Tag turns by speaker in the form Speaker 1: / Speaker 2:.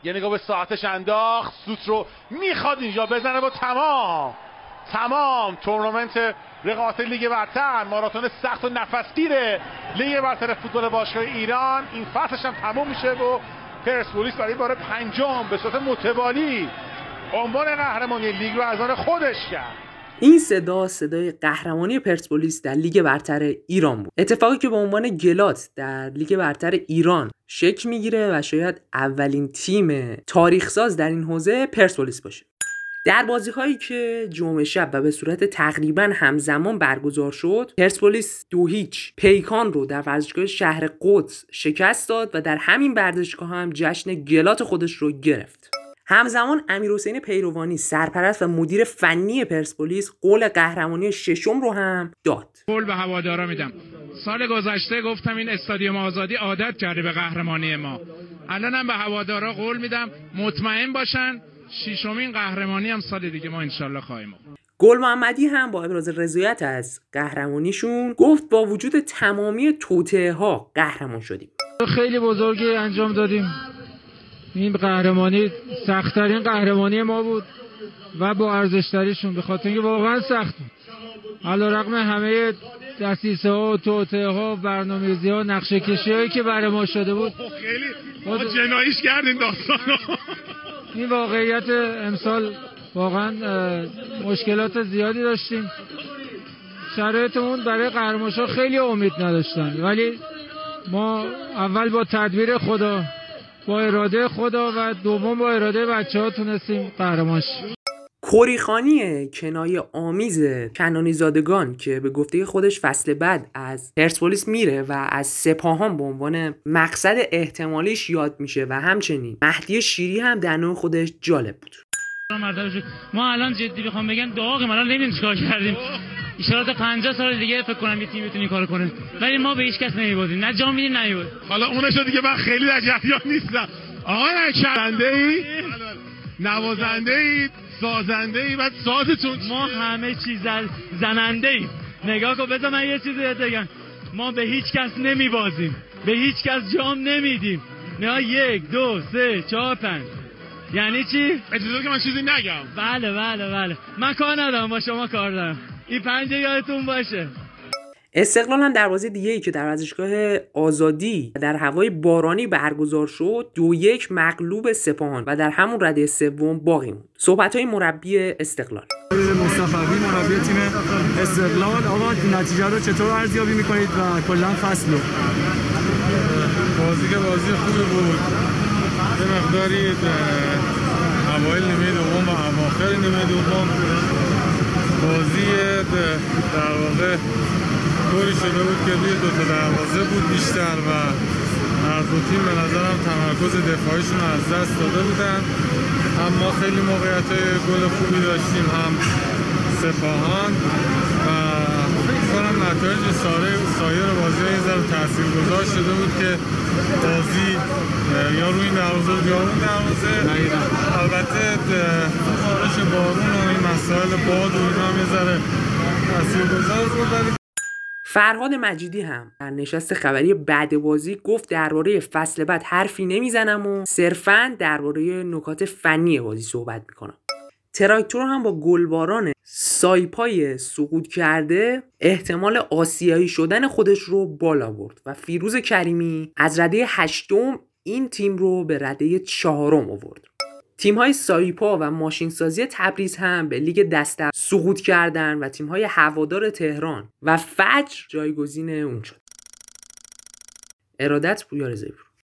Speaker 1: یه نگاه به ساعتش انداخت، سوت رو میخواد اینجا بزنه با تمام تورنمنت رقابت لیگ برتر، ماراتون سخت و نفسگیر لیگ برتر فوتبال باشگاه ایران این فصلش هم تموم میشه و پرسپولیس برای بار پنجم به صورت متوالی عنوان قهرمانی لیگ رو از آن خودش کرد.
Speaker 2: این صدای قهرمانی پرسپولیس در لیگ برتر ایران بود. اتفاقی که به عنوان گلات در لیگ برتر ایران شکل میگیره و شاید اولین تیم تاریخ ساز در این حوزه پرسپولیس باشه. در بازی‌هایی که جمعه شب و به صورت تقریباً همزمان برگزار شد، پرسپولیس 2-0 پیکان رو در ورزشگاه شهر قدس شکست داد و در همین ورزشگاه هم جشن گلات خودش رو گرفت. همزمان امیرحسین پیروانی سرپرست و مدیر فنی پرسپولیس قول قهرمانی ششم رو هم داد.
Speaker 3: قول به هوادارا میدم. سال گذشته گفتم این استادیوم آزادی عادت کرده به قهرمانی ما. الانم به هوادارا قول میدم مطمئن باشن ششمین قهرمانی هم سال دیگه ما انشالله خواهیم.
Speaker 2: گل محمدی هم با ابراز رضایت از قهرمانیشون گفت با وجود تمامی توطئه‌ها قهرمان شدیم.
Speaker 4: خیلی بزرگی انجام دادیم. این قهرمانی سخت‌ترین قهرمانی ما بود و با ارزش‌تریشون، به خاطر اینکه واقعا سخت بود. علیرغم همه دسیسه‌ها و توطئه‌ها و برنامه‌ریزی‌ها و نقشه‌کشی‌هایی که برای ما شده بود،
Speaker 3: خیلی ما جناییش کردیم داستانو.
Speaker 4: این واقعیت امسال واقعا مشکلات زیادی داشتیم. شرایطمون برای قهرمانی‌ها خیلی امید نداشتن، ولی ما اول با تدبیر خدا، با اراده خدا و دوم با اراده بچه‌ها تونستیم قهرمان شیم.
Speaker 2: کوریخانی کنایه آمیز کنانی زادگان که به گفته خودش فصل بعد از پرسپولیس میره و از سپاهان به عنوان مقصد احتمالیش یاد میشه و همچنین مهدی شیری هم در نوع خودش جالب بود.
Speaker 5: ما الان جدی بخوام بگم داغیم، الان نمیدونیم چیکار کردیم. ان شاء الله تا 50 سال دیگه فکر کنم یه تیم بتونه کارو کنه، ولی ما به هیچ کس نمیبازیم، نه جام میدیم نه میبازیم.
Speaker 3: حالا اونشو دیگه من خیلی در جریان نیستم. آقا نشنده‌ای، نوازنده‌ای، سازنده‌ای، بعد سازتون
Speaker 5: ما همه چیز زننده‌ایم. نگاه کن، بذار من یه چیزی بهت بگم. ما به هیچ کس نمیبازیم، به هیچ کس جام نمیدیم. نه 1 2 3 4 5. یعنی چی؟
Speaker 3: اجازه که من چیزی نگم.
Speaker 5: بله من کار ندارم، با شما کار دارم. این 5 یادتون باشه.
Speaker 2: استقلال هم در بازی دیگه‌ای که در ورزشگاه آزادی در هوای بارانی برگزار شد 2-1 مغلوب سپاهان و در همون رده سوم باقی موند. صحبت‌های مربی استقلال
Speaker 6: مصطفی، مربی تیم استقلال. آقا نتیجه رو چطور ارزیابی می‌کنید و کلا فصل رو؟
Speaker 7: بازی خوبی بود. یه مقداری اوایل نیمه دوم و اواخر نیمه دوم بازی در واقع طوری شده بود که روی دو تا دروازه بود بیشتر و هر دو تیم به نظرم تمرکز دفاعیشون از دست داده بودن. اما خیلی موقعیت‌های گل خوبی داشتیم، هم سپاهان، و فکر کنم نتایج سایر بازی‌ها یه ذره تاثیرگذار شده بود که بازی یا روی این دروازه بود یا اون دروازه. البته بارش بارون و این مسائل باد و اینا هم یه ذره تاثیرگذار بود.
Speaker 2: فرهاد مجیدی هم در نشست خبری بعد بازی گفت درباره فصل بعد حرفی نمیزنم و صرفاً درباره نکات فنی بازی صحبت میکنم. تراکتور هم با گلباران سایپای سقوط کرده احتمال آسیایی شدن خودش رو بالا برد و فیروز کریمی از رده 8 این تیم رو به رده 4 آورد. تیم‌های سایپا و ماشینسازی تبریز هم به لیگ دسته سقوط کردن و تیم‌های هوادار تهران و فجر جایگزین اون شد. ارادت پویا رضایی پور.